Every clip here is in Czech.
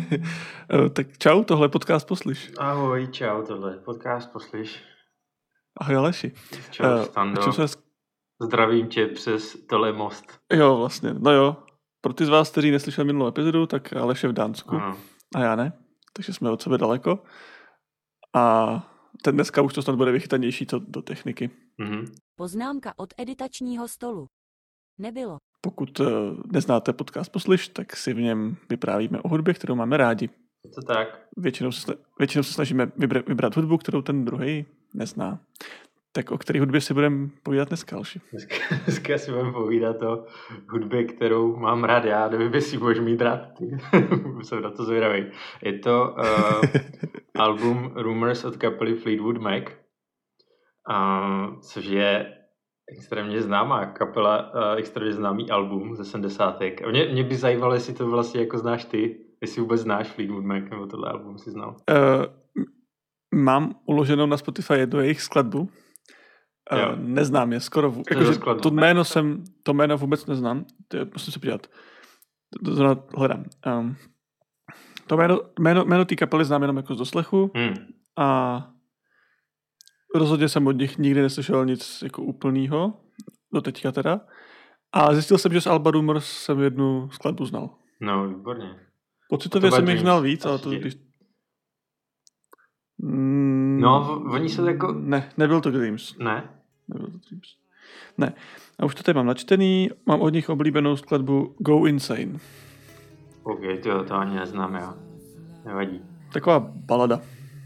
Tak čau, tohle je podcast Poslyš. Ahoj, čau, tohle je podcast Poslyš. Ahoj Aleši. Čau, Stando. Zdravím tě přes telemost. Jo, vlastně, no jo. Pro ty z vás, kteří neslyšeli minulou epizodu, tak Aleš je v Dánsku. Ano. A já ne. Takže jsme od sebe daleko. A ten dneska už to snad bude vychytanější co do techniky. Mhm. Poznámka od editačního stolu. Nebylo. Pokud neznáte podcast Poslyš, tak si v něm vyprávíme o hudbě, kterou máme rádi. Je to tak. Většinou se snažíme vybrat hudbu, kterou ten druhý nezná. Tak o které hudbě si budeme povídat dneska, Alši? Dneska si budeme povídat o hudbě, kterou mám rád já, nevím, jestli budeš mít rád ty. Jsem na to zvědavý. Je to album Rumors od kapely Fleetwood Mac, což je extrémně známá kapela, extrémně známý album ze 70. Mě by zajímalo, jestli to vlastně jako znáš ty, jestli vůbec znáš Fleetwood Mac, nebo tohle album si znal. Mám uloženou na Spotify jednu jejich skladbu. Neznám je skoro. To jméno vůbec neznám. Musím se podívat. Hledám. Jméno té kapely znám jenom jako z doslechu. A rozhodně jsem od nich nikdy neslyšel nic jako úplnýho. Do teďka teda. A zjistil jsem, že z alba Rumors jsem jednu skladbu znal. No, výborně. Pocitově jsem jich znal víc, ale to... No, oni jsou jako... Ne, nebyl to Dreams. Ne? Nebyl to Dreams. Ne. A už to tady mám načtený. Mám od nich oblíbenou skladbu Go Insane. OK, to ani neznám já. Nevadí. Taková balada.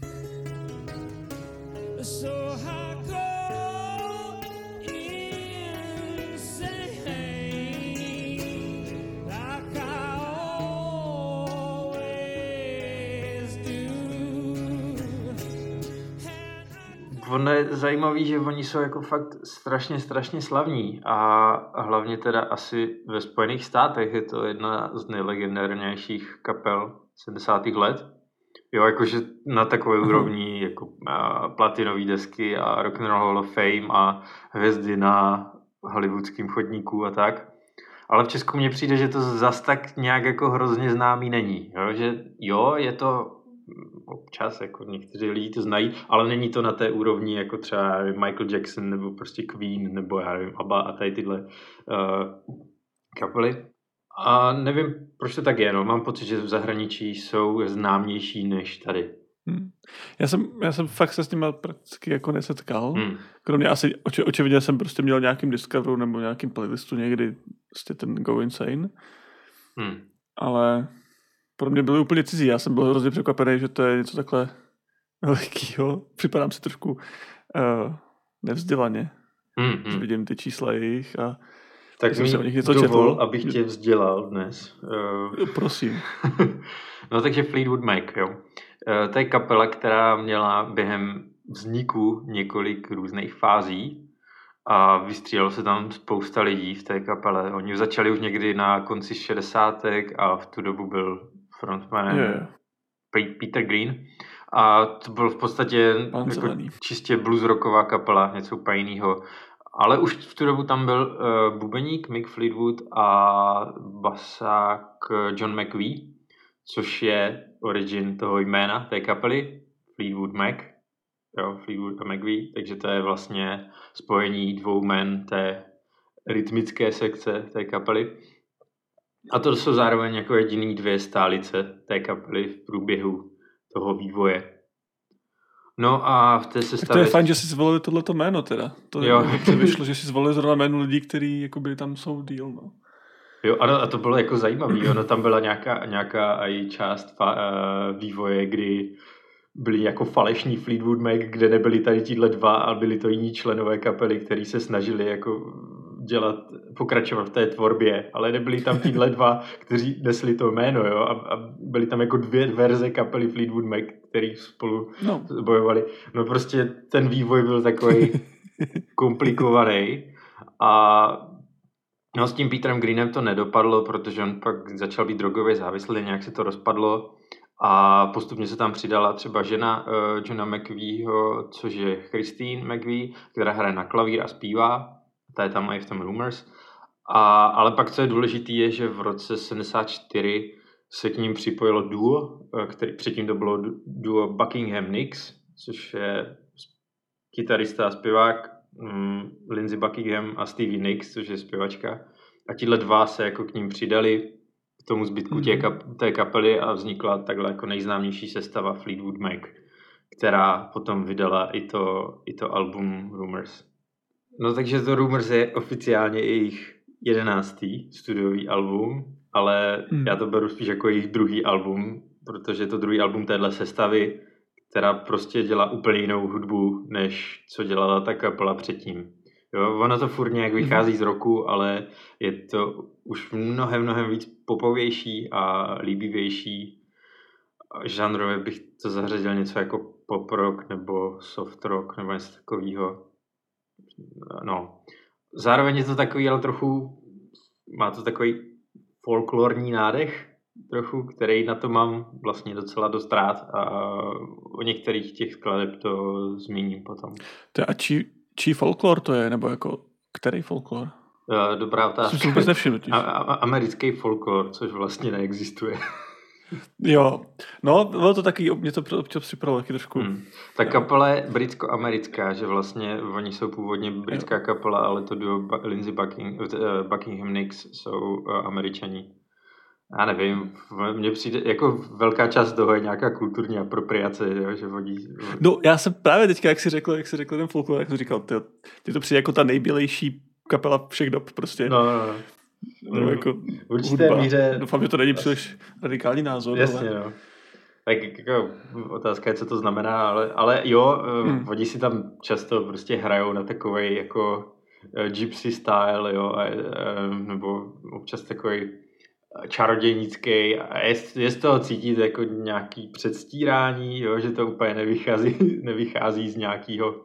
Ono je zajímavý, že oni jsou jako fakt strašně slavní a hlavně teda asi ve Spojených státech je to jedna z nejlegendárnějších kapel 70. let. Jo, jakože na takové úrovni jako platinové desky a Rock and Roll Hall of Fame a hvězdy na hollywoodském chodníku a tak. Ale v Česku mně přijde, že to zas tak nějak jako hrozně známý není. Jo, že jo, je to občas, jako někteří lidi to znají, ale není to na té úrovni jako třeba Michael Jackson nebo prostě Queen nebo já nevím, ABBA a tady tyhle kapely. A nevím, proč to tak je, no. Mám pocit, že v zahraničí jsou známější než tady. Já jsem fakt se s nimi prakticky jako nesetkal. Kromě asi, očividně jsem prostě měl nějakým Discoveru nebo nějakým playlistu někdy prostě ten Go Insane. Ale pro mě byly úplně cizí. Já jsem byl hrozně překvapený, že to je něco takhle velikýho. Připadám si trošku nevzdělaně. Vidím ty čísla jejich a tak mi dovol, abych tě vzdělal dnes. Prosím. No takže Fleetwood Mac, jo. To je kapela, která měla během vzniku několik různých fází a vystřídalo se tam spousta lidí v té kapele. Oni začali už někdy na konci 60. a v tu dobu byl frontman Peter Green. A to byl v podstatě jako čistě bluesrocková kapela, něco úplně jiného. Ale už v tu dobu tam byl bubeník Mick Fleetwood a basák John McVie, což je origin toho jména té kapely, Fleetwood Mac, jo, Fleetwood a McVie, takže to je vlastně spojení dvou jmen té rytmické sekce té kapely. A to jsou zároveň jako jediný dvě stálice té kapely v průběhu toho vývoje. No a v té sestavě... Tak to je fajn, že jsi zvolili tohleto jméno teda. To vyšlo, že jsi zvolili zrovna jméno lidí, kteří jakoby tam jsou díl, no. Jo, a to bylo jako zajímavý, ono tam byla nějaká i část vývoje, kdy byli jako falešní Fleetwood Mac, kde nebyli tady tíhle dva, ale byli to jiní členové kapely, kteří se snažili jako pokračovat v té tvorbě, ale nebyli tam tíhle dva, kteří nesli to jméno, jo, a byly tam jako dvě verze kapely Fleetwood Mac, který spolu bojovali. No prostě ten vývoj byl takový komplikovaný a no s tím Peterem Greenem to nedopadlo, protože on pak začal být drogově závislý, nějak se to rozpadlo a postupně se tam přidala třeba žena Johna McVieho, což je Christine McVie, která hraje na klavír a zpívá. Ta je tam i v tom Rumors. Ale pak, co je důležitý, je, že v roce 74 se k ním připojilo duo, který předtím to bylo duo Buckingham Nicks, což je kytarista a zpěvák, Lindsey Buckingham a Stevie Nicks, což je zpěvačka. A tihle dva se jako k ním přidali k tomu zbytku té kapely a vznikla takhle jako nejznámější sestava Fleetwood Mac, která potom vydala i to album Rumours. No takže to Rumours je oficiálně jejich 11. studiový album, ale já to beru spíš jako jejich druhý album, protože to druhý album téhle sestavy, která prostě dělá úplně jinou hudbu, než co dělala ta kapela předtím. Jo, ono to furt nějak vychází z roku, ale je to už mnohem víc popovější a líbivější. Žánrově bych to zařadil něco jako pop rock nebo soft rock nebo něco takového. No. Zároveň je to takový, ale trochu má to takový folklorní nádech trochu, který na to mám vlastně docela dost rád a o některých těch skladeb to zmíním potom. A čí folklor to je, nebo jako který folklor? Dobrá otázka. Jsem vůbec nevšiml. Americký folklor, což vlastně neexistuje. Jo, no, bylo to taky, mě to občas připravilo taky trošku. Ta kapela je britsko-americká, že vlastně oni jsou původně britská kapela, ale to duo Lindsey Buckingham Nicks jsou Američani. Já nevím, mně přijde, jako velká část toho je nějaká kulturní apropriace, jo, že vodí. No, já jsem právě teďka, jak jsi řekl ten folklor, jak jsem říkal, ty to přijde jako ta nejbělejší kapela všech dob prostě. No. No, jako v určité míře. Doufám, že to není příliš radikální názor. Jasně, ale... no. Tak jako otázka je, co to znamená, ale jo, oni si tam často prostě hrajou na takovej jako gypsy style, jo, nebo občas takovej čarodějnický a je z toho cítit jako nějaký předstírání, jo, že to úplně nevychází z nějakého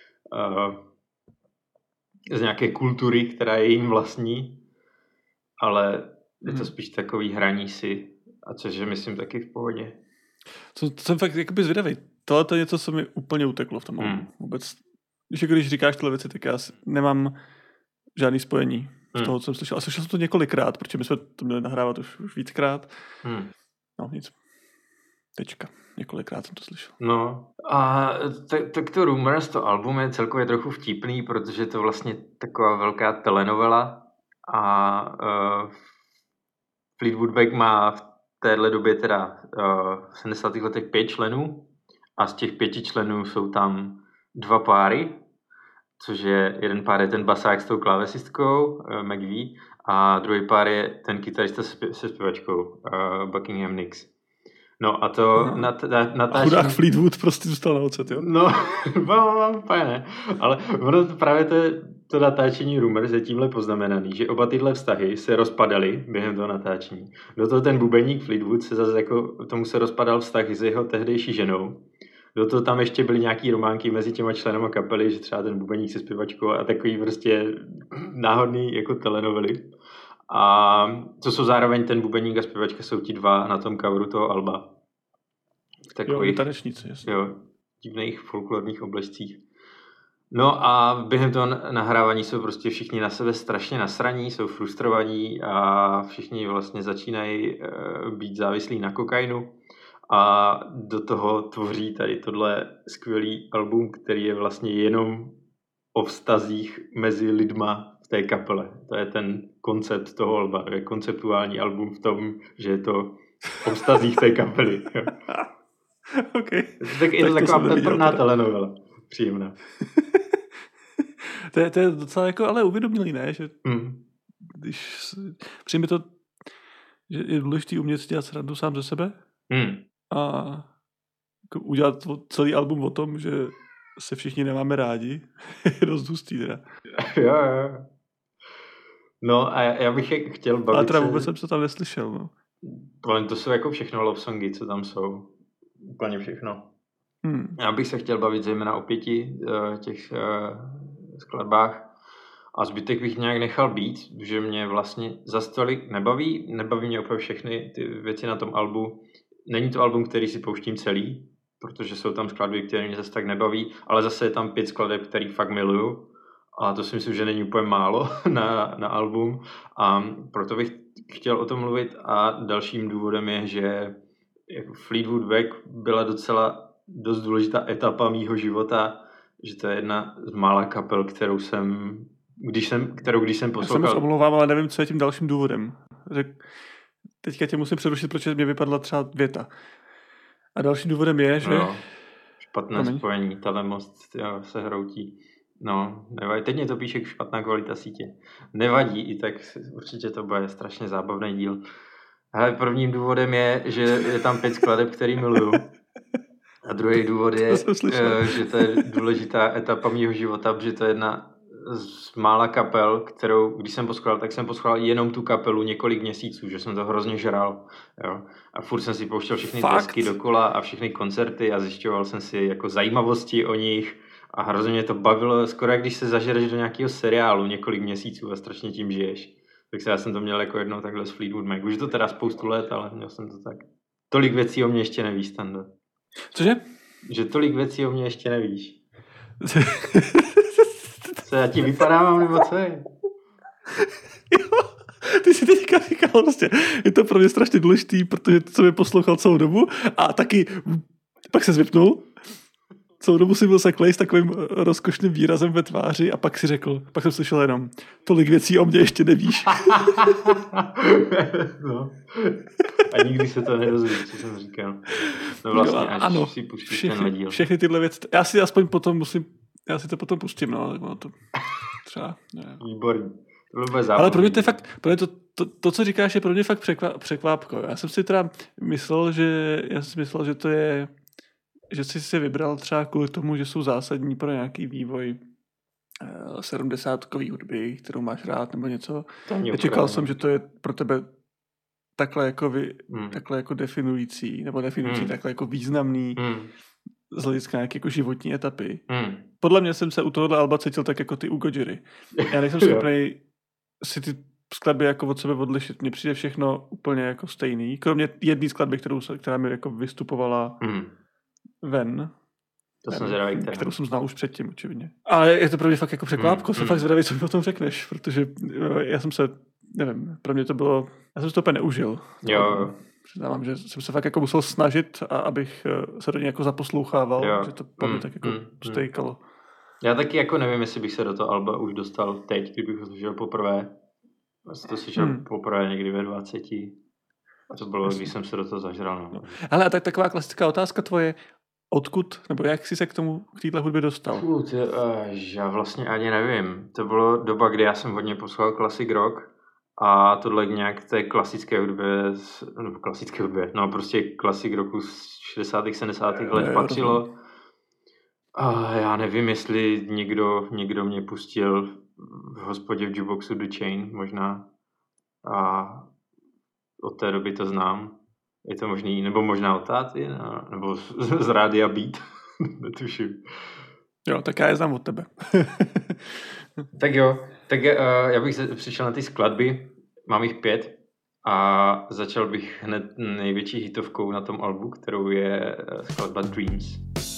z nějaké kultury, která je jim vlastní, ale je to spíš takový hraní si, a což je myslím taky v pohodě. To jsem fakt jakoby zvědavý. Tohle to je něco, co mi úplně uteklo v tom vůbec. Když říkáš tyhle věci, tak já nemám žádný spojení z toho, co jsem slyšel. A slyšel jsem to několikrát, protože my jsme to měli nahrávat už víckrát. No nic. Tečka. Několikrát jsem to slyšel. No a tak to Rumours, to album je celkově trochu vtipný, protože je to vlastně taková velká telenovela a Fleetwood Mac má v téhle době teda v 70. letech 5 členů a z těch 5 členů jsou tam 2 páry, což je jeden pár je ten basák s tou klávesistkou McVie a druhý pár je ten kytarista se zpěvačkou Buckingham Nicks. No a to natáčení... Chudák Fleetwood prostě zůstal na ocet, jo? No, úplně ne. Ale ono právě to natáčení Rumours je tímhle poznamenaný, že oba tyhle vztahy se rozpadaly během toho natáčení. Do toho ten bubeník Fleetwood se zase jako tomu se rozpadal vztah s jeho tehdejší ženou. Do toho tam ještě byly nějaký románky mezi těma členama kapely, že třeba ten bubeník se zpěvačkou a takový prostě náhodný jako telenovely. A to jsou zároveň ten bubeník a zpěvačka jsou ti dva na tom coveru toho alba. V takových tanečníci, jasně. Jo, divných folklorních oblečcích. No a během toho nahrávání jsou prostě všichni na sebe strašně nasraní, jsou frustrovaní a všichni vlastně začínají být závislí na kokainu. A do toho tvoří tady tohle skvělý album, který je vlastně jenom o vztazích mezi lidma v té kapele. To je ten koncept toho alba. To je konceptuální album v tom, že je to o vztazích té kapely. Okay. Tak je to taková peprná telenovela. Příjemná. To je docela jako ale uvědomilý, ne? Že když přijme to, že je důležitý umět dělat srandu sám ze sebe a jako udělat celý album o tom, že se všichni nemáme rádi, je dost hustý teda. Jo. No a já bych chtěl bavit ale teda vůbec jsem se tam neslyšel, no. To jsou jako všechno love songy, co tam jsou. Úplně všechno. Já bych se chtěl bavit zejména o 5 těch skladbách a zbytek bych nějak nechal být, že mě vlastně zas tolik nebaví mě úplně všechny ty věci na tom albu. Není to album, který si pouštím celý, protože jsou tam skladby, které mě zase tak nebaví, ale zase je tam 5 skladeb, který fakt miluju a to si myslím, že není úplně málo na album a proto bych chtěl o tom mluvit a dalším důvodem je, že jako Fleetwood Mac byla docela dost důležitá etapa mýho života, že to je jedna z mála kapel, kterou když jsem poslouchal... Já se moc omlouvám, ale nevím, co je tím dalším důvodem. Teďka tě musím přerušit, protože mě vypadla třeba věta. A dalším důvodem je, že... No, špatné spojení, telemost se hroutí. No, nevadí. Teď mě to píše špatná kvalita sítě. Nevadí, i tak určitě to bude strašně zábavný díl. Hele, prvním důvodem je, že je tam 5 skladeb, který miluju. A druhý důvod je, že to je důležitá etapa mýho života, protože to je jedna z mála kapel, kterou, když jsem poslouchal, tak jsem poslouchal jenom tu kapelu několik měsíců, že jsem to hrozně žral. Jo. A furt jsem si pouštěl všechny desky dokola a všechny koncerty a zjišťoval jsem si jako zajímavosti o nich a hrozně mě to bavilo, skoro jak když se zažereš do nějakého seriálu několik měsíců a strašně tím žiješ. Takže já jsem to měl jako jednou takhle s Fleetwood Mac. Už je to teda spoustu let, ale měl jsem to tak. Tolik věcí o mě ještě nevíš, Stando. Cože? Že tolik věcí o mě ještě nevíš. Co, já ti vypadávám, nebo co je? Jo, ty si teďka říkal, prostě, je to pro mě strašně důležitý, protože jsem je poslouchal celou dobu a taky pak se vypnul. Celou dobu si byl seklej s takovým rozkošným výrazem ve tváři a pak si řekl, pak jsem slyšel jenom, tolik věcí o mě ještě nevíš. No. A nikdy se to nedozví, co jsem říkal. No vlastně, jo, až si pustíš ten díl. Všechny tyhle věci, já si aspoň potom já si to potom pustím, no, tak ono to třeba, nevím. Výborný. Ale pro mě to je fakt, to, co říkáš, je pro mě fakt překvápko. Já jsem si teda myslel, že to je, že jsi si vybral třeba kvůli tomu, že jsou zásadní pro nějaký vývoj 70kový hudby, kterou máš rád, nebo něco. Čekal jsem, že to je pro tebe takhle jako definující, takhle jako významný z hlediska nějaké jako životní etapy. Podle mě jsem se u tohohle alba cítil tak jako ty u Gojira. Já nejsem schopný si ty skladby jako od sebe odlišit. Mně přijde všechno úplně jako stejný, kromě jedné skladby, která mi jako vystupovala ven. To jsem zvědavý, kterou jsem znal už předtím, očividně. Ale je to pro mě fakt jako překvápko, jsem fakt zvědavý, co mi o tom řekneš, protože já jsem se, nevím, pro mě to bylo, já jsem to úplně neužil. Jo. Přiznávám, že jsem se fakt jako musel snažit, abych se do něj jako zaposlouchával, že to po mě tak jako stejkalo. Já taky jako nevím, jestli bych se do toho alba už dostal teď, kdybych ho slyšel poprvé. Já jsem to slyšel poprvé někdy ve 20. A to bylo, když jsem se do toho zažral. No. Ale tak taková klasická otázka tvoje, odkud, nebo jak jsi se k téhle hudbě dostal? Já vlastně ani nevím. To bylo doba, kdy já jsem hodně poslouchal classic rock a tohle nějak té klasické hudbě, no prostě classic rocku z 60. 70. let patřilo. A já nevím, jestli někdo mě pustil v hospodě v jukeboxu The Chain možná a od té doby to znám. Je to možný, nebo možná od táty, nebo z rádia Beat, netuším. Jo, tak já je znám od tebe. Tak jo, tak já bych přišel na ty skladby, mám jich 5 a začal bych hned největší hitovkou na tom albu, kterou je skladba Dreams.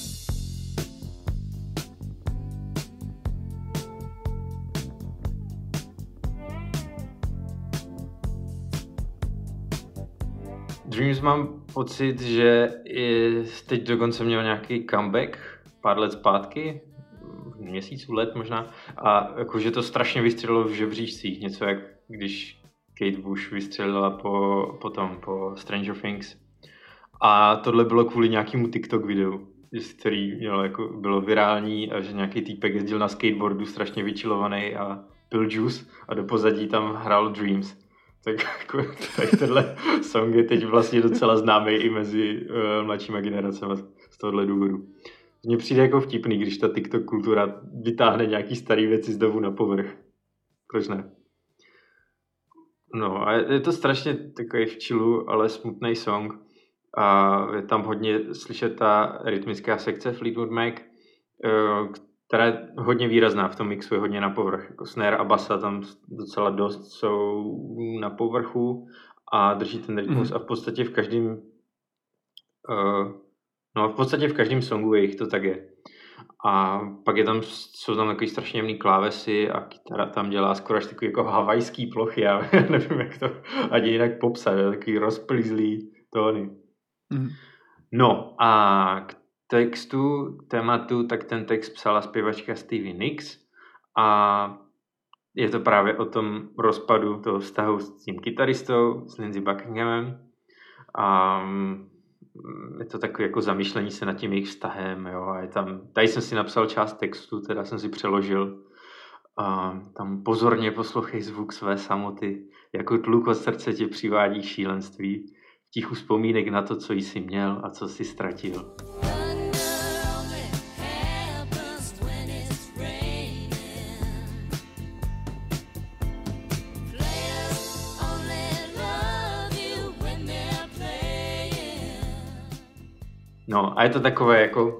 Dreams mám pocit, že teď dokonce měl nějaký comeback pár let zpátky, měsíců, let možná, a jakože to strašně vystřelilo v žebříčcích, něco jak když Kate Bush vystřelila po Stranger Things. A tohle bylo kvůli nějakému TikTok videu, který bylo virální a že nějaký týpek jezdil na skateboardu strašně vyčilovaný a pil juice a do pozadí tam hrál Dreams. Tak tenhle song je teď vlastně docela známý i mezi mladšíma generacemi z tohohle důvodu. Mně přijde jako vtipný, když ta TikTok kultura vytáhne nějaký starý věci z dovu na povrch. Proč ne? No a je to strašně takový v chillu, ale smutný song. A je tam hodně slyšet ta rytmická sekce Fleetwood Mac, která je hodně výrazná v tom mixu, je hodně na povrch. Jako snare a basa tam docela dost jsou na povrchu a drží ten rytmus a v podstatě v každém songu jejich to tak je. A pak jsou tam takový strašně jemný klávesy a kytara tam dělá skoro až takový jako havajský plochy, já nevím, jak to ani jinak popsat, takový rozplizlý tóny. No a k textu, k tématu, tak ten text psala zpěvačka Stevie Nicks a je to právě o tom rozpadu toho vztahu s tím kytaristou, s Lindsey Buckinghamem a je to takové jako zamýšlení se nad tím jejich vztahem, jo, a je tam, tady jsem si napsal část textu, teda jsem si přeložil, a tam pozorně poslouchej zvuk své samoty, jako tluk od srdce tě přivádí šílenství, tichu vzpomínek na to, co jsi měl a co jsi ztratil. No a je to takové jako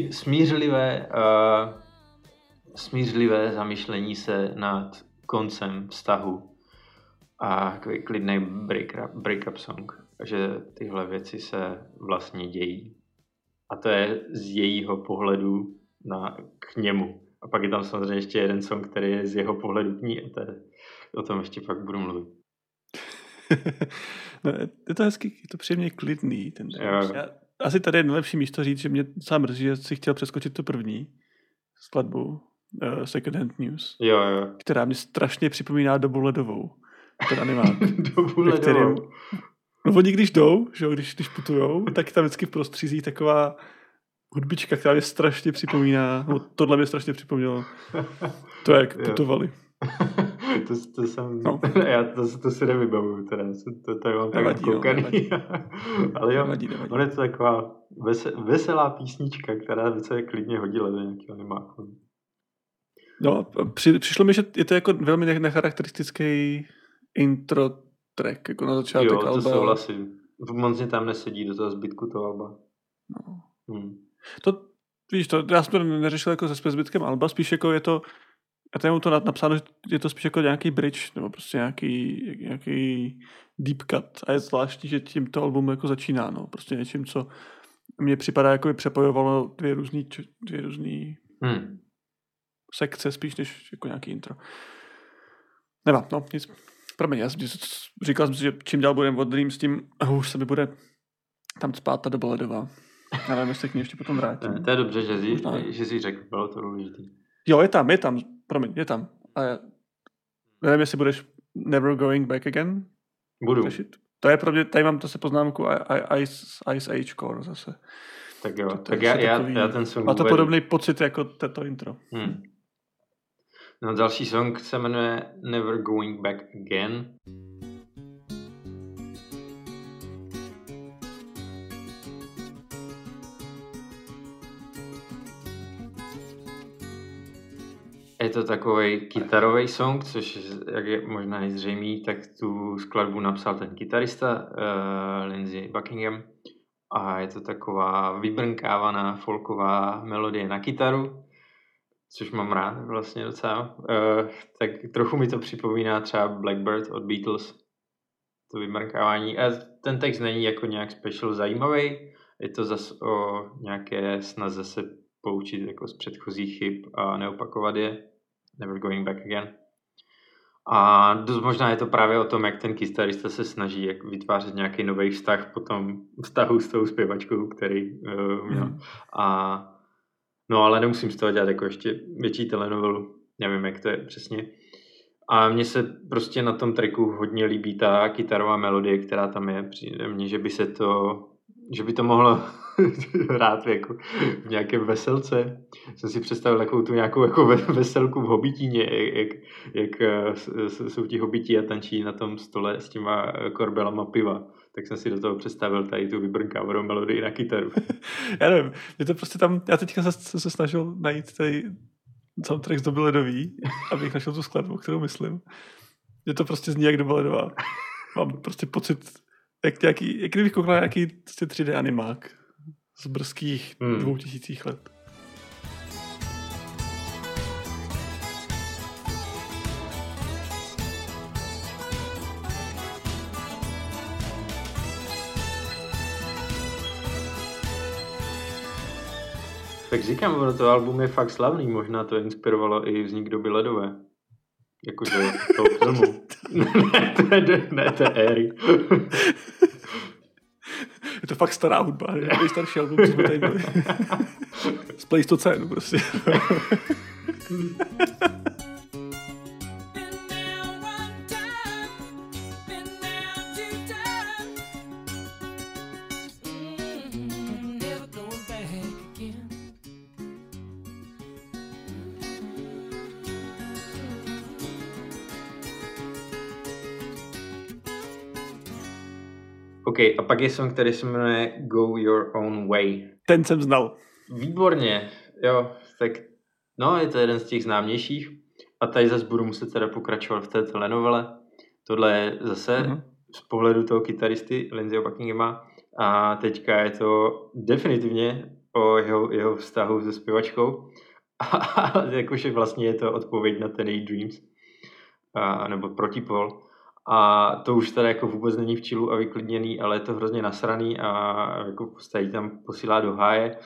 smířlivé zamyšlení se nad koncem vztahu a takový klidný break-up song, že tyhle věci se vlastně dějí. A to je z jejího pohledu k němu. A pak je tam samozřejmě ještě jeden song, který je z jeho pohledu k ní a o tom ještě pak budu mluvit. No, je to hezký, je to příjemně klidný. Asi tady je nejlepší místo říct, že mě sám mrzí, že si chtěl přeskočit tu první skladbu Second Hand News, jo. Která mě strašně připomíná Dobu ledovou. Ten animák. Dobu ledovou. No oni když jdou, že jo, když putujou, tak tam vždycky v prostřízí taková hudbička, která mě strašně připomíná, no tohle mě strašně připomnělo to, jak putovali. To jsem, no. Já to si nevybavuju, teda, to mám tak koukaný. Ale jo, nevadí. On je to taková veselá písnička, která se klidně hodila do nějakého animáku. No, přišlo mi, že je to jako velmi necharakteristický intro track, jako na začátek alba. Jo, to souhlasím. Moc mě tam nesedí do toho zbytku toho alba. No. To, víš, já jsem to neřešil jako se zbytkem alba, spíš jako je to, a tady mám to napsáno, že je to spíš jako nějaký bridge, nebo prostě nějaký deep cut. A je zvláštní, že tímto album jako začíná, no. Prostě něčím, co mně připadá, jako by přepojovalo dvě různý sekce, spíš než jako nějaký intro. Nemá, no, nic. Promiň, já říkal jsem si, že čím dál budeme odrým s tím, už se mi bude tam spát ta Doba ledová. Já nevím, jestli k ní ještě potom vrátím. To je dobře, že jsi řekl, bylo to důležitý. Jo, je tam, promiň, je tam. Ale nevím, jestli budeš Never Going Back Again. Budu. To je pro mě, tady mám zase poznámku Ice Age Core zase. Tak jo, tak já ten song má to podobný pocit jako to intro. No, další song se jmenuje Never Going Back Again. Je to takový kytarový song, což jak je možná nejzřejmý, tak tu skladbu napsal ten kytarista Lindsey Buckingham a je to taková vybrnkávaná folková melodie na kytaru, což mám rád vlastně docela. Tak trochu mi to připomíná třeba Blackbird od Beatles, to vybrnkávání. A ten text není jako nějak special zajímavý, je to zase o nějaké snaze se poučit jako z předchozích chyb a neopakovat je. Never Going Back Again. A dost možná je to právě o tom, jak ten kytarista se snaží jak vytvářet nějaký nový vztah po tom vztahu s tou zpěvačkou, který měl. No ale nemusím z toho dělat jako ještě větší telenovelu. Nevím, jak to je přesně. A mně se prostě na tom tracku hodně líbí ta kytarová melodie, která tam je. Přijde mně, že by to mohlo hrát jako v nějaké veselce. Jsem si představil takovou tu nějakou jako veselku v Hobitíně, jak jsou ti hobití a tančí na tom stole s těma korbelama piva. Tak jsem si do toho představil tady tu vybrnkávanou melodii na kytaru. Já nevím, je to prostě tam, já teďka se snažil najít tady soundtrack z Doby ledový, abych našel tu skladbu, kterou myslím. Je to prostě zní jak Doba ledová. Mám prostě pocit, jak kdybych koukal na nějaký 3D animák z brzkých 2000 let. Tak říkám, ono to album je fakt slavný, možná to inspirovalo i vznik Doby ledové. Jakože toho filmu. ne, to je éry. Je to fakt stará hudba, nejstarší album, co jsme tady měli. Z Pleistocénu prostě. OK, a pak je song, který se jmenuje Go Your Own Way. Ten jsem znal. Výborně, jo, tak no, je to jeden z těch známějších. A tady zase budu muset teda pokračovat v té telenovele. Tohle je zase z pohledu toho kytaristy Lindseyho Buckinghama. A teďka je to definitivně o jeho vztahu se zpěvačkou. A jakože vlastně je to odpověď na ten její Dreams. Nebo protipol. A to už teda jako vůbec není v čilu a vyklidněný, ale je to hrozně nasraný a jako v podstatě tam posílá do háje.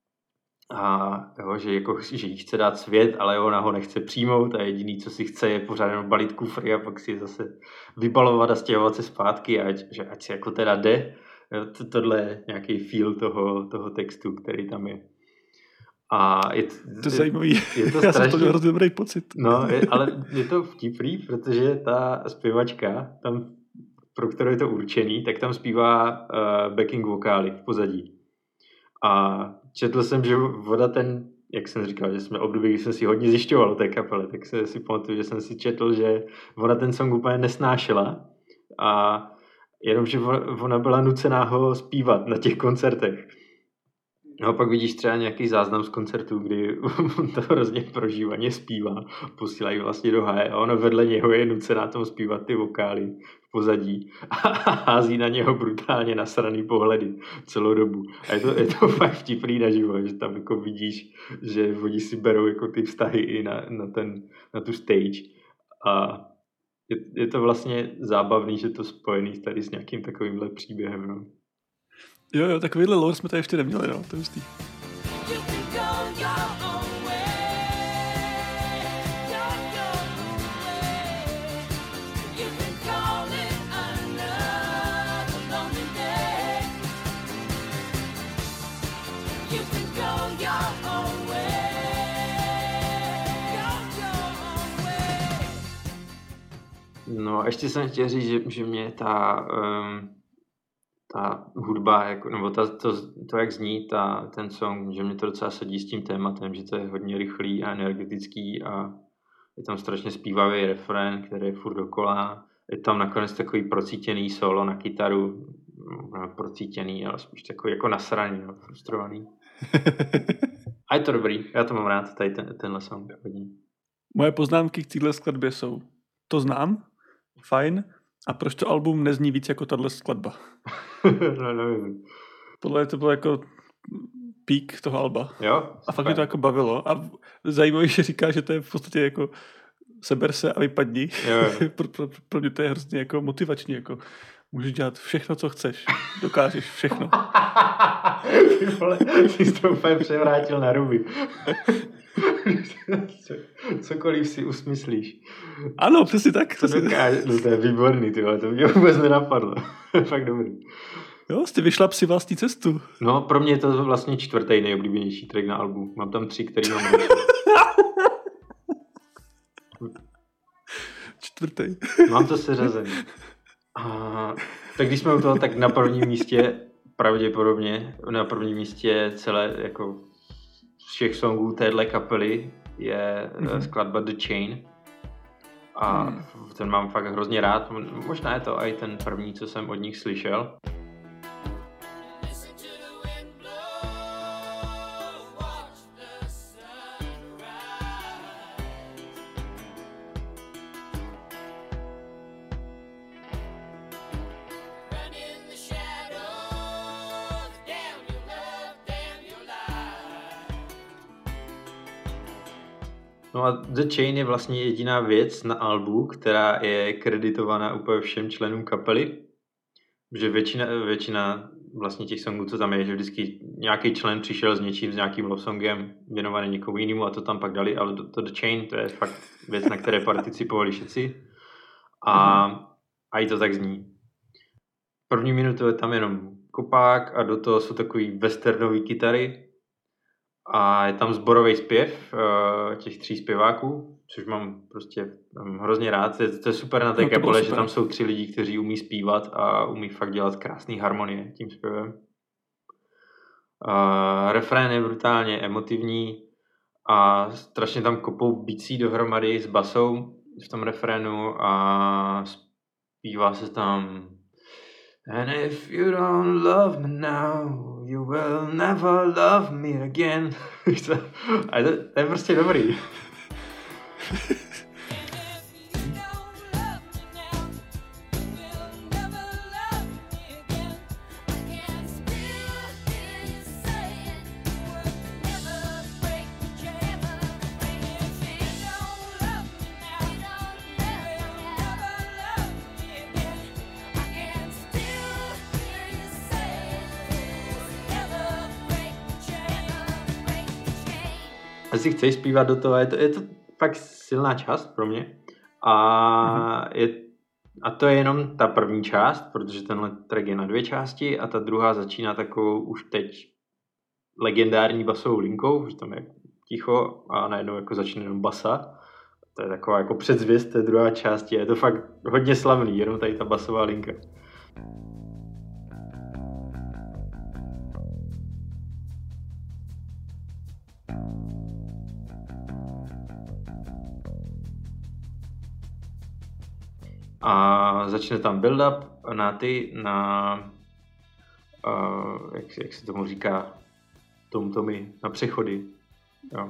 A jo, že jí chce dát svět, ale ona ho nechce přijmout a jediný, co si chce, je pořád jenom balit kufry a pak si je zase vybalovat a stěhovat se zpátky a ať si jako teda jde. Tohle je nějaký feel toho textu, který tam je. A to je zajímavý. Je to já jsem to měl hrozně dobrý pocit. No, ale je to vtipný, protože ta zpěvačka, tam, pro kterou je to určený, tak tam zpívá backing vokály v pozadí. A četl jsem, že voda ten, jak jsem říkal, že jsme období, kdy jsem si hodně zjišťoval o té kapele, tak se si pamatuju, že jsem si četl, že voda ten song úplně nesnášela a jenomže ona byla nucená ho zpívat na těch koncertech. No a pak vidíš třeba nějaký záznam z koncertu, kdy on to hrozně prožívaně zpívá, posílají vlastně do háje a ono vedle něho je nucená tam zpívat ty vokály v pozadí a hází na něho brutálně nasraný pohledy celou dobu. A je to fakt vtipný naživo, že tam jako vidíš, že oni si berou jako ty vztahy i na tu stage. A je to vlastně zábavný, že to spojený tady s nějakým takovýmhle příběhem, no. Jo, takovýhle lore jsme tady ještě neměli, no, to je hustý. No a ještě jsem chtěl říct, že mě ta hudba, jako, nebo to, jak zní ten song, že mě to docela sedí s tím tématem, že to je hodně rychlý a energetický a je tam strašně zpívavý refrén, který je furt dokola. Je tam nakonec takový procítěný solo na kytaru, procítěný, ale spíš takový jako nasraný, no, frustrovaný. A je to dobrý, já to mám rád, tady tenhle song hodně. Moje poznámky k téhle skladbě jsou, to znám, fajn, a proč to album nezní víc jako tahle skladba? No, nevím. Podle to bylo jako pík toho alba. Jo, a fakt mě to jako bavilo. A zajímavé, že říká, že to je v podstatě jako seber se a vypadni. Jo. pro mě to je hrozně jako motivační. Jako můžeš dělat všechno, co chceš. Dokážeš všechno. Ty vole, jsi to úplně převrátil na ruby. Cokoliv si usmyslíš. Ano, přesně tak. No to je výborný, ty vole, to mě vůbec nenapadlo. Fakt dobrý. Jo, jste vyšla si vlastní cestu. No, pro mě je to vlastně 4. nejoblíbenější track na albu. Mám tam 3, který mám radši. 4. Mám to seřazený. Tak když jsme u toho, tak na prvním místě pravděpodobně, na prvním místě celé jako všech songů téhle kapely je skladba The Chain. A ten mám fakt hrozně rád. Možná je to i ten první, co jsem od nich slyšel. No a The Chain je vlastně jediná věc na albu, která je kreditovaná úplně všem členům kapely. Že většina vlastně těch songů, co tam je, že vždycky nějaký člen přišel s něčím, s nějakým love songem věnovaný někomu jinému a to tam pak dali, ale to The Chain, to je fakt věc, na které participovali všichni a i to tak zní. První minutu je tam jenom kopák a do toho jsou takový westernové kytary a je tam sborový zpěv těch 3 zpěváků, což mám prostě hrozně rád. To je super na té kapele, že tam jsou 3 lidi, kteří umí zpívat a umí fakt dělat krásný harmonie tím zpěvem. Refrén je brutálně emotivní a strašně tam kopou bicí dohromady s basou v tom refrénu a zpívá se tam And if you don't love me now, you will never love me again. A to je prostě dobrý. Jestli chceš zpívat do toho, je to fakt silná část pro mě. A to je jenom ta první část, protože tenhle track je na 2 části a ta druhá začíná takovou už teď legendární basovou linkou, že tam je ticho a najednou jako začne jenom basa. To je taková jako předzvěst té druhé části. Je to fakt hodně slavný, jenom tady ta basová linka. A začne tam build-up jak se tomu říká, Tomy, na přechody. Jo.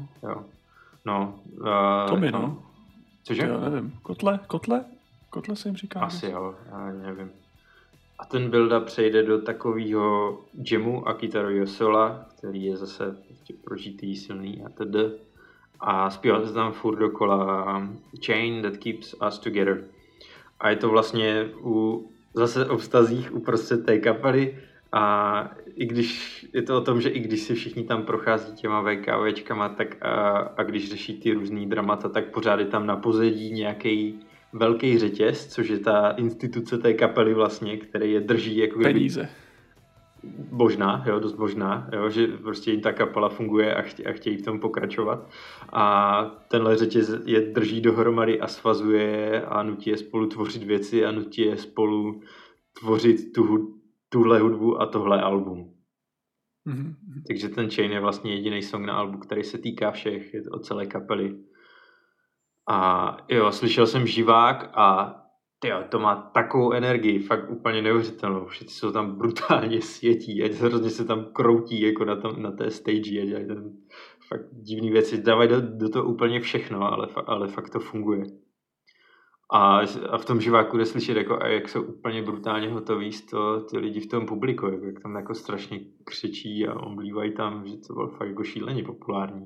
Tomy, no. Cože? Já nevím. Kotle se jim říká? Asi jo, já nevím. A ten build-up přejde do takového jamu a kytarového sola, který je zase prožitý, silný a td. A zpívá se tam furt dokola Chain that keeps us together. A je to vlastně zase o vztazích uprostřed té kapely a i když je to o tom, že i když si všichni tam prochází těma VKVčkama tak a když řeší ty různý dramata, tak pořád je tam na pozadí nějaký velký řetěz, což je ta instituce té kapely vlastně, který je drží jako peníze. Možná, jo, dost možná, jo, že prostě jim ta kapela funguje a chtějí v tom pokračovat. A tenhle řetěz je drží dohromady a svazuje a nutí je spolu tvořit věci a nutí je spolu tvořit tuhle hudbu a tohle album. Mm-hmm. Takže ten Chain je vlastně jediný song na albu, který se týká všech, je to od celé kapely. A jo, slyšel jsem živák a tyjo, to má takovou energii, fakt úplně neuvěřitelnou. Všichni jsou tam brutálně světí, ať hrozně se tam kroutí jako na té stage, ať ten fakt divný věci, dávají do toho úplně všechno, ale fakt to funguje. A v tom živáku jde slyšet, jako, jak jsou úplně brutálně hotoví ty lidi v tom publiku, jak tam jako strašně křičí a omlívají tam, že to bylo fakt jako šíleně populární.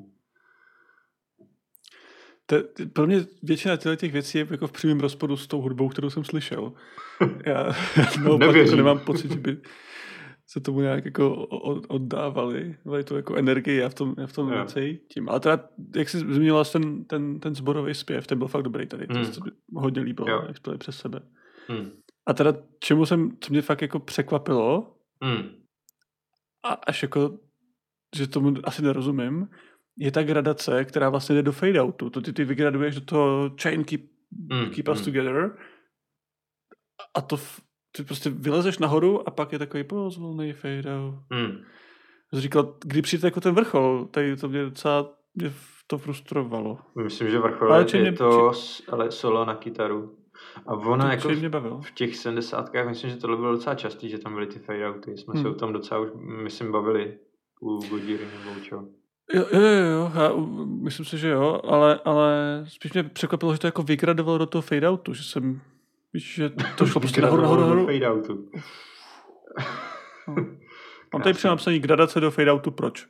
Pro mě většina těch věcí je jako v přímém rozporu s tou hudbou, kterou jsem slyšel. Já nemám pocit, že by se tomu nějak jako oddávali. Dali to jako energii, já v tom věcej tím. Ale teda, jak jsi zmínila ten sborový zpěv, ten byl fakt dobrý tady. To se mi hodně líbilo, jak spěli přes sebe. A teda, co mě fakt jako překvapilo, a až jako, že tomu asi nerozumím, je ta gradace, která vlastně jde do fade-outu. To ty vygraduješ do toho Chain keep us together a to ty prostě vylezeš nahoru a pak je takový pozvolný fade-out. Jsi říkal, kdy přijde jako ten vrchol, tady to mě docela to frustrovalo. Myslím, že vrchol je to ale solo na kytaru. A ono jako v těch 70kách, myslím, že tohle bylo docela častý, že tam byly ty fade-outy. Jsme se o tom docela už, myslím, bavili u Godíry nebo čeho. Jo, já myslím si, že jo, ale spíš mě překvapilo, že to jako vygradovalo do toho fade-outu, že to šlo prostě nahoru. Do fade-outu. Mám tady přenapsaný gradace do fade-outu, proč?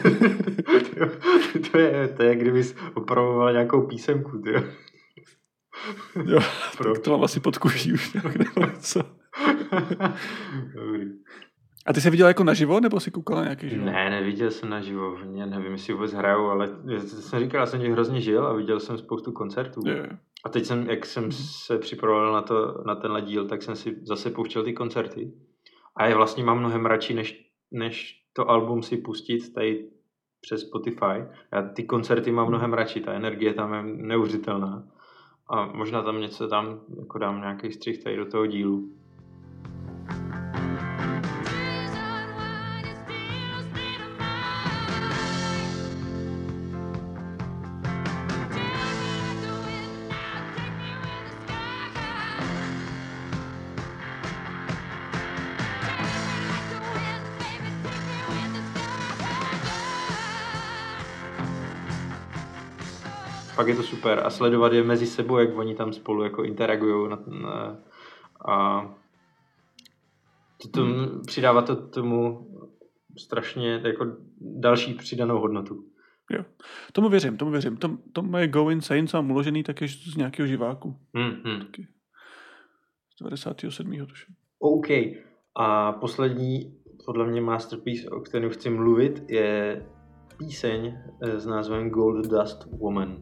to je, kdybys opravoval nějakou písemku, tyjo. Jo, tak to mám asi pod kuší už nějak, nebo co. Dobrý. A ty jsi viděl jako naživo, nebo jsi koukal na nějaký živo? Ne, neviděl jsem naživo, nevím, jestli vůbec hrajou, ale jsem říkal, já jsem těch hrozně žil a viděl jsem spoustu koncertů. Je. A teď jak jsem se připravoval na tenhle díl, tak jsem si zase pouštěl ty koncerty. A já vlastně mám mnohem radši, než to album si pustit tady přes Spotify. Já ty koncerty mám mnohem radši, ta energie tam je neuvěřitelná. A možná tam něco jako dám nějaký střih tady do toho dílu. Pak je to super a sledovat je mezi sebou, jak oni tam spolu jako interagujou a přidává to tomu strašně jako další přidanou hodnotu. Jo, tomu věřím. To moje Go Insane, co mám uložený, tak je z nějakého živáku. Taky. Z 97. tuším. OK. A poslední, podle mě masterpiece, o kterém chci mluvit, je píseň s názvem Gold Dust Woman.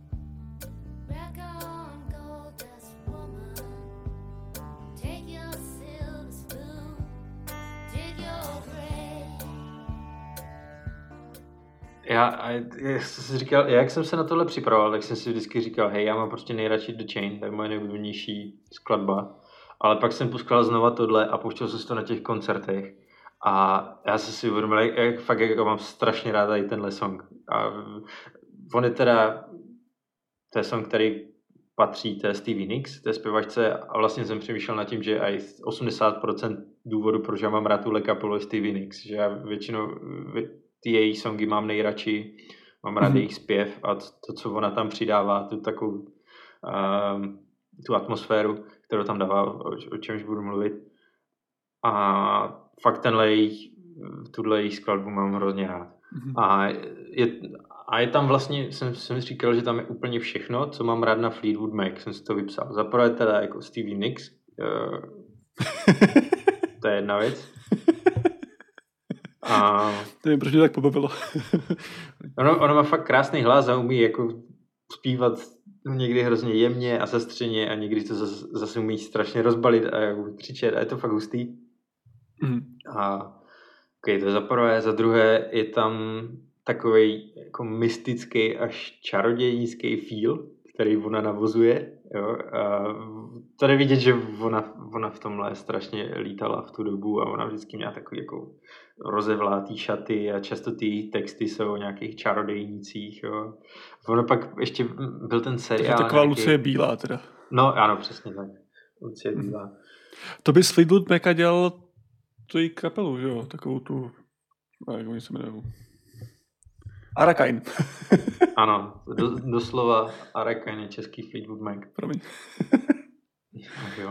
Jak jsem se na tohle připravoval, tak jsem si vždycky říkal, hej, já mám prostě nejradši The Chain, to je moje nejoblíbenější skladba, ale pak jsem poskal znova tohle a pouštěl jsem si to na těch koncertech a já jsem si uvědomil, jak mám strašně rád tady tenhle song. A on je teda, to je song, který patří té Stevie Nicks, té zpěvačce, a vlastně jsem přemýšlel nad tím, že aj 80% důvodu, proč já mám rád tuhle kapelu, je Stevie Nicks, že já většinou ty její songy mám nejradši, mám rád jejich zpěv a to, co ona tam přidává, tu takovou tu atmosféru, kterou tam dává, o čemž budu mluvit. A fakt tuhle její skladbu mám hrozně rád. A je tam vlastně, jsem říkal, že tam je úplně všechno, co mám rád na Fleetwood Mac, jsem si to vypsal. Za prvé teda jako Stevie Nicks, to je jedna věc. A nevím, proč mě tak pobavilo. ono má fakt krásný hlas a umí jako zpívat někdy hrozně jemně a zastřeně a někdy to zase umí strašně rozbalit a křičet a je to fakt hustý. A okay, to je za prvé. Za druhé je tam takovej jako mystický až čarodějnický feel, který ona navozuje. Jo? A to jde vidět, že ona v tomhle strašně lítala v tu dobu a ona vždycky měla takový jako rozevlátý šaty a často ty texty jsou o nějakých čarodějnicích. Jo? Ono pak ještě byl ten seriál. Takže taková nějaký... Lucie Bílá teda. No ano, přesně tak. Lucie Bílá. To by Fleetwood Mac dělal tu její kapelu, že jo? Takovou tu, jak oni se jmenují. Arakain. Ano, doslova Arakain je český Fleetwood Mac. Promiň. Jo.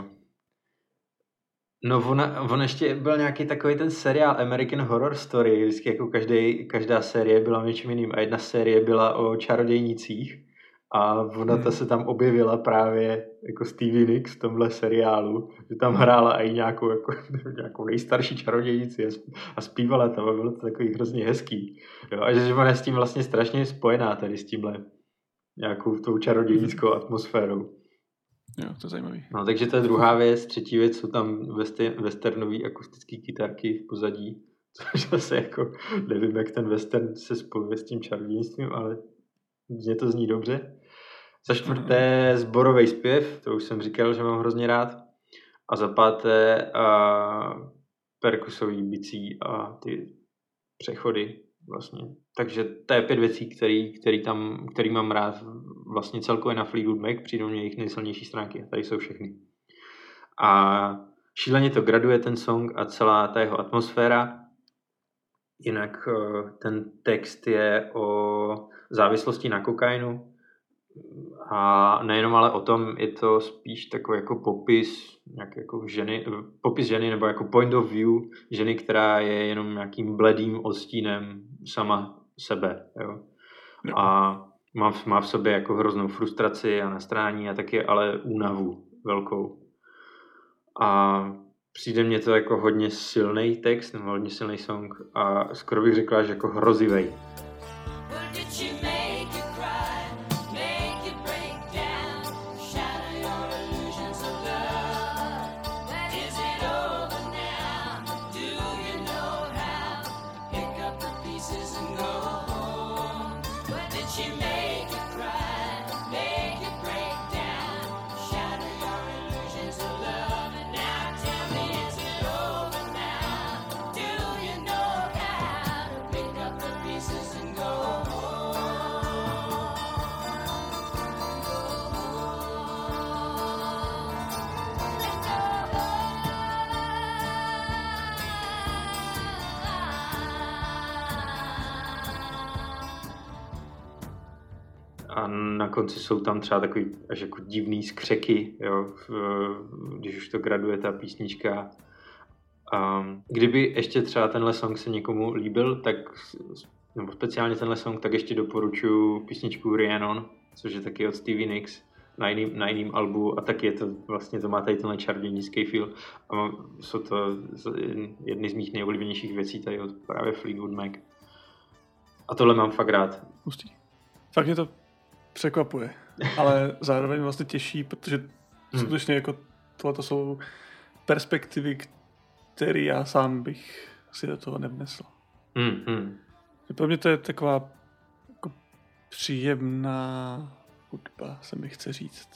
No on ještě byl nějaký takový ten seriál American Horror Story, vždycky jako každá série byla o něčem jiným a jedna série byla o čarodějnicích a ona ta se tam objevila právě jako Stevie Nicks v tomhle seriálu, že tam hrála i nějakou nejstarší čarodějnici a zpívala tam a bylo to takový hrozně hezký. Jo? A že ona je s tím vlastně strašně spojená tady s tímhle nějakou tou čarodějnickou atmosférou. Jo, to je zajímavý. No, takže to je druhá věc. Třetí věc jsou tam westernový akustický kytarky v pozadí, což zase jako nevím, jak ten western se spojuje s tím čarodějnictvím, ale mně to zní dobře. Za čtvrté sborový zpěv, to už jsem říkal, že mám hrozně rád. A za páté perkusový bicí a ty přechody vlastně. Takže to je 5 věcí, který mám rád vlastně celkově na Fleetwood Mac, přijdou mě jejich nejsilnější stránky. Tady jsou všechny. A šíleně to graduje ten song a celá ta jeho atmosféra. Jinak ten text je o závislosti na kokainu a nejenom ale o tom, je to spíš takový jako popis ženy nebo jako point of view ženy, která je jenom nějakým bledým odstínem sama sebe. Jo? A má v sobě jako hroznou frustraci a nastrání a taky ale únavu velkou. A přijde mně to jako hodně silný text, nebo hodně silný song a skoro bych řekla, že jako hrozivej. A na konci jsou tam třeba takový až jako divný skřeky, jo, když už to graduje ta písnička. Kdyby ještě třeba tenhle song se někomu líbil, tak, nebo speciálně tenhle song, tak ještě doporučuji písničku Rhiannon, což je taky od Stevie Nicks na jiným albu a taky je to vlastně, to má tady tenhle čarodějnický feel a jsou to jedny z mých nejoblíbenějších věcí tady od právě Fleetwood Mac. A tohle mám fakt rád. Pustí. Fakt mě to překvapuje, ale zároveň vlastně těší, protože skutečně jako tohle jsou perspektivy, které já sám bych si do toho nevnesl. Pro mě to je taková jako příjemná hudba, se mi chce říct.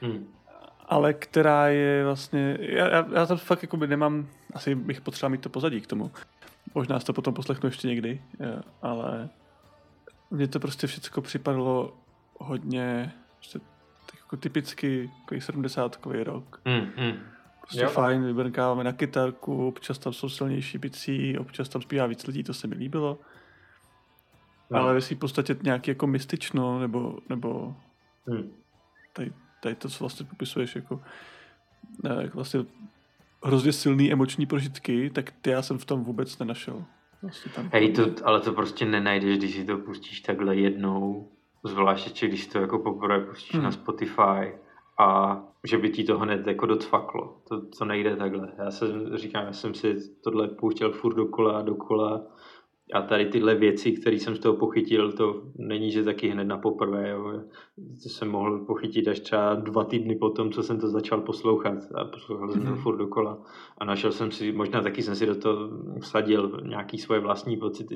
Ale která je vlastně, já tam fakt jako by nemám, asi bych potřeboval mít to pozadí k tomu. Možná si to potom poslechnu ještě někdy, ale mně to prostě všechno připadalo hodně tak jako typicky takový 70kový rock. Prostě jo. Fajn, vybrnkáváme na kytarku, občas tam jsou silnější bicí, občas tam zpívá víc lidí, to se mi líbilo. No. Ale ve svým podstatě nějaký jako mystično, nebo tady to, co vlastně popisuješ, jako vlastně hrozně silný emoční prožitky, tak ty já jsem v tom vůbec nenašel. Vlastně tam ale to prostě nenajdeš, když si to pustíš takhle jednou, zvláště když to jako poprvé pustíš na Spotify a že by ti to hned jako docvaklo. To nejde takhle. Já jsem si tohle pouštěl furt dokola a tady tyhle věci, které jsem z toho pochytil, to není, že taky hned na poprvé. Jo. To jsem mohl pochytit až třeba 2 týdny potom, co jsem to začal poslouchat a poslouchal jsem to furt dokola a našel jsem si, možná taky jsem si do toho vsadil nějaký svoje vlastní pocity,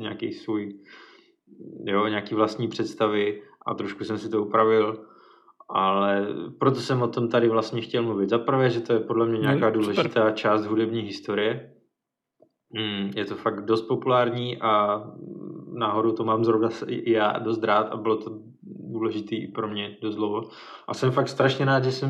nějaký vlastní představy a trošku jsem si to upravil, ale proto jsem o tom tady vlastně chtěl mluvit. Za prvé, že to je podle mě nějaká důležitá část hudební historie. Je to fakt dost populární a náhodou to mám zrovna i já dost rád a bylo to důležitý i pro mě dost dlouho. A jsem fakt strašně rád, že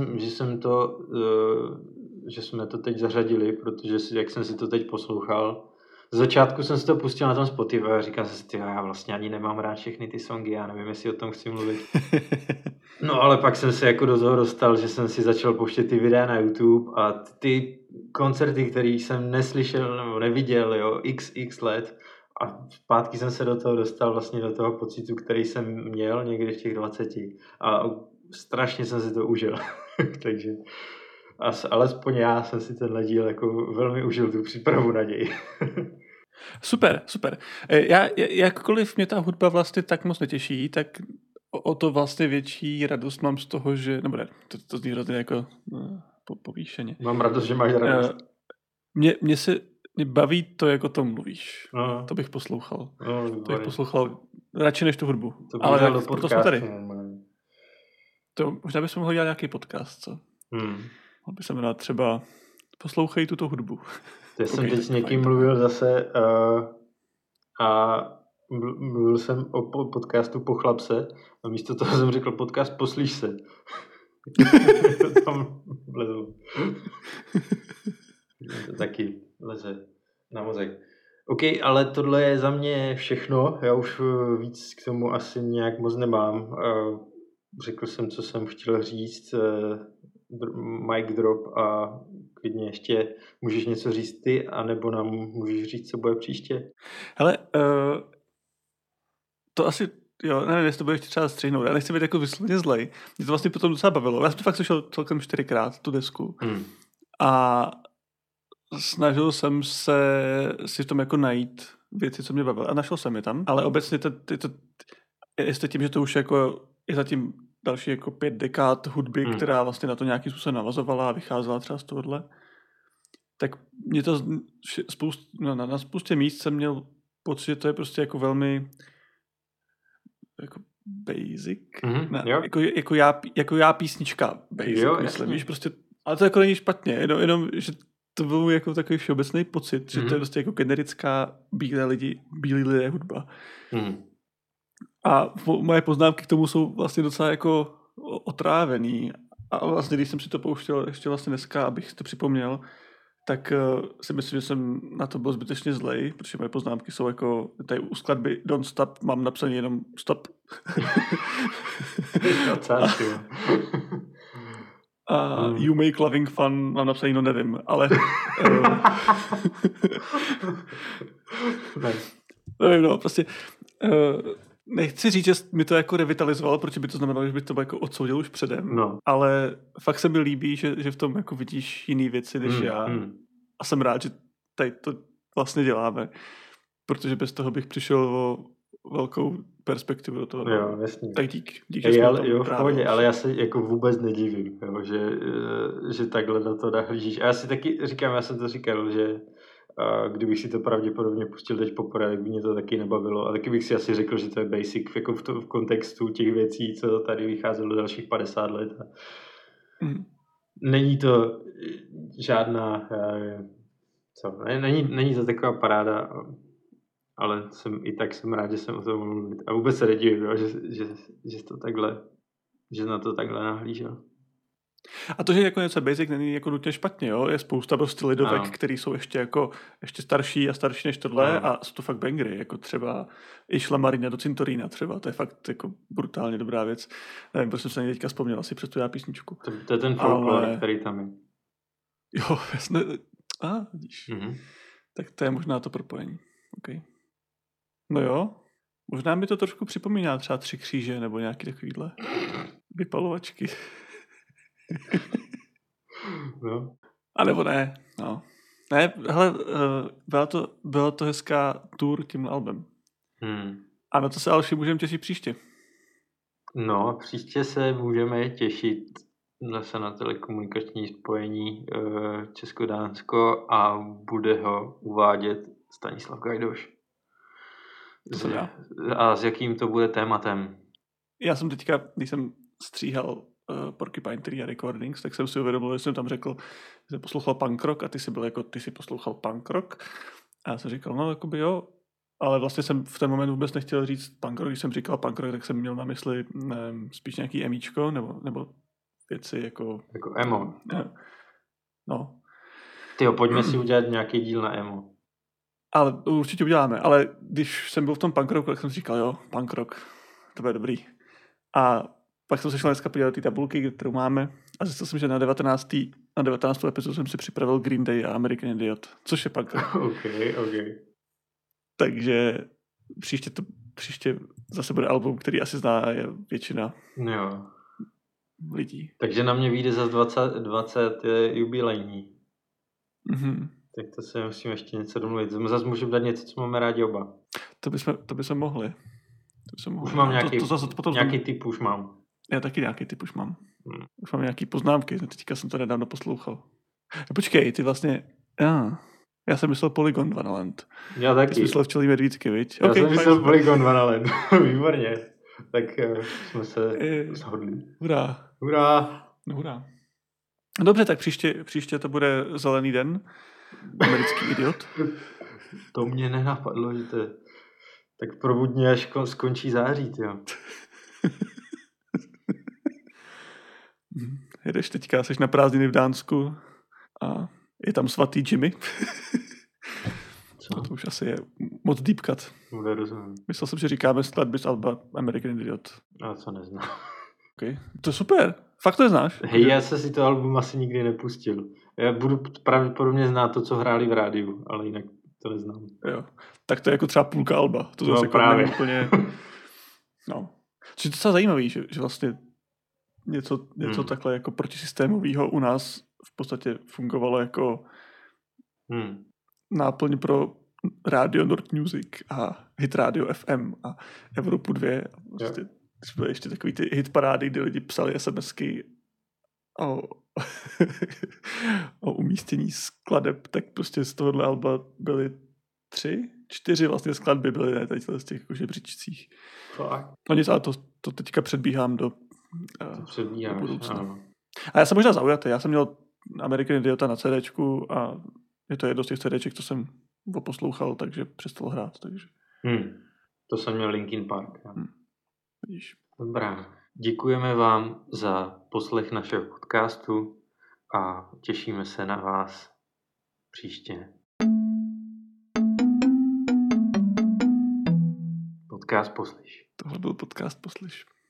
jsme to teď zařadili, protože jak jsem si to teď poslouchal, z začátku jsem si to pustil na tom Spotify a říkal jsem si, já vlastně ani nemám rád všechny ty songy, já nevím, jestli o tom chci mluvit. No ale pak jsem se jako do toho dostal, že jsem si začal pouštět ty videa na YouTube a ty koncerty, které jsem neslyšel nebo neviděl, jo, x let a zpátky jsem se do toho dostal vlastně do toho pocitu, který jsem měl někdy v těch 20 a strašně jsem si to užil. Takže alespoň já jsem si tenhle díl jako velmi užil tu přípravu na něj. Super. Jakkoliv mě ta hudba vlastně tak moc netěší, tak o to vlastně větší radost mám z toho, že, nebo ne, to zní hrozně jako povýšeně. Mám radost, že máš radost. Mě baví to, jako to mluvíš. No. To bych poslouchal. To bych poslouchal radši než tu hudbu. Ale tak, proto jsme tady. To, možná bychom mohli dělat nějaký podcast, co? Mohl bych se jmenovat třeba Poslouchej tuto hudbu. Já jsem teď s někým mluvil zase a mluvil jsem o podcastu Pochlap se a místo toho jsem řekl podcast Poslíš se. To tam vlezl. To taky leze na mozek. OK, ale tohle je za mě všechno. Já už víc k tomu asi nějak moc nemám. Řekl jsem, co jsem chtěl říct. Mic drop a klidně ještě můžeš něco říct ty, anebo nám můžeš říct, co bude příště. Hele, to asi Jo, nevím, jestli to bude ještě třeba střihnout. Já nechci být jako vysloveně zlej. Mě to vlastně potom docela bavilo. Já jsem to fakt slyšel celkem 4krát, tu desku. A snažil jsem se si v tom jako najít věci, co mě bavily. A našel jsem je tam. Ale obecně jestli tím, že to už jako je zatím další jako 5 dekád hudby, která vlastně na to nějakým způsobem navazovala a vycházela třeba z tohohle, tak mě to na spoustě míst jsem měl pocit, že to je prostě jako velmi jako basic. Jako já písnička basic, jo, myslím. Víš, prostě, ale to jako není špatně, jenom že to byl jako takový všeobecný pocit, že to je prostě jako generická bílí lidé hudba. A moje poznámky k tomu jsou vlastně docela jako otrávený. A vlastně, když jsem si to pouštěl ještě vlastně dneska, abych to připomněl, tak si myslím, že jsem na to byl zbytečně zlej, protože moje poznámky jsou jako, tady u skladby Don't Stop mám napsaný jenom Stop. A You Make Loving Fun mám napsaný, no nevím, ale nevím, no, prostě nechci říct, že mi to jako revitalizovalo, protože by to znamenalo, že by to jako odsoudil už předem, ale fakt se mi líbí, že v tom jako vidíš jiný věci než já a jsem rád, že tady to vlastně děláme, protože bez toho bych přišel o velkou perspektivu do toho. Jo, jasně. Tak díky. Jo, v pohodě, ale já se jako vůbec nedivím, jo, že takhle na to nahlížíš. A já si taky říkám, já jsem to říkal, že kdybych si to pravděpodobně pustil teď poprvé, tak by mě to taky nebavilo. A taky bych si asi řekl, že to je basic jako v kontextu těch věcí, co tady vycházelo do dalších 50 let. Není to žádná, není to taková paráda, ale jsem rád, že jsem o tom mohl mluvit. A vůbec se nedivím, že na to takhle nahlížel. A to, že jako něco basic, není jako nutně špatně, jo? Je spousta prostě lidovek, který jsou ještě starší a starší než tohle a jsou to fakt bangry, jako třeba Išla Marina do Cintorína třeba, to je fakt jako brutálně dobrá věc. Nevím, proč jsem se teďka vzpomněl, asi přes tu já písničku. To je ten folklor, který tam je. Jo, jasně. Vidíš. Tak to je možná to propojení. Okay. No jo, možná mi to trošku připomíná třeba 3 kříže nebo nějaký takovýhle vypalovačky. No. A nebo ne, no. Ne, hele, byla to hezká tour tím albem. A na to se Alši můžeme těšit příště. No, příště se můžeme těšit zase na telekomunikační spojení Česko-Dánsko a bude ho uvádět Stanislav Gajdoš. A s jakým to bude tématem? Já jsem teďka, když jsem stříhal Porcupine Tree Recordings, tak jsem si uvědomil, že jsem tam řekl, že jsem poslouchal punk rock a ty jsi poslouchal punk rock. A já jsem říkal, no jakoby jo, ale vlastně jsem v ten moment vůbec nechtěl říct punk rock, když jsem říkal punk rock, tak jsem měl na mysli spíš nějaký emíčko, nebo věci jako emo. No. Tyjo, pojďme si udělat nějaký díl na emo. Ale určitě uděláme, ale když jsem byl v tom punk rocku, tak jsem si říkal, jo, punk rock, to bude dobrý. A pak jsem se šel dneska podívat ty tabulky, kterou máme a zjistil jsem, že na 19. epizodu jsem si připravil Green Day a American Idiot, což je punk rock. Okay. Takže příště zase bude album, který asi zná většina lidí. Takže na mě vyjde zase 20 jubilejní. Tak to se musím ještě něco domluvit. Zase můžeme dát něco, co máme rádi oba. To bychom mohli. Už mám nějaký typ už mám. Já taky nějaký typ už mám. Už mám nějaký poznámky. Teďka jsem to nedávno poslouchal. Počkej, ty vlastně... Já jsem myslel Polygon Vanaland. Já taky. Ty jsi myslel Včelí medvídky, viď? Já jsem myslel Polygon Vanaland. Výborně. Tak jsme se shodli. Hurá. Dobře, tak příště to bude Zelený den. Americký idiot. To mě nenapadlo, že to je... Tak probudně, až skončí září, jo. Jedeš teďka, jsi na prázdniny v Dánsku a je tam svatý Jimmy. Co? To už asi je moc deep cut. Nerozumím. Myslel jsem, že říkáme skladby z alba American Idiot. A co neznám. Okay. To je super. Fakt to neznáš? Hej, já se si to album asi nikdy nepustil. Já budu pravděpodobně znát to, co hráli v rádiu, ale jinak to neznám. Jo. Tak to je jako třeba půlka alba. To zase právě úplně... No. Což je docela zajímavý, že vlastně něco takhle jako protisystémového u nás v podstatě fungovalo jako náplň pro Radio Nord Music a Hit Radio FM a Evropu 2. A vlastně byly ještě takový ty hitparády, kdy lidi psali SMSky o umístění skladeb, tak prostě z tohohle alba byly 4 vlastně skladby byly tady z těch jako žebříčcích. No nic, ale to teďka předbíhám do budoucna. Ano. A já jsem možná zaujatý. Já jsem měl American Idiota na CDčku a je to jedno z těch CDček, co jsem poslouchal, takže přestal hrát. Takže. To jsem měl Linkin Park. Vidíš. Dobrá. Děkujeme vám za poslech našeho podcastu a těšíme se na vás příště. Podcast Poslyš. Tohle byl podcast Poslyš.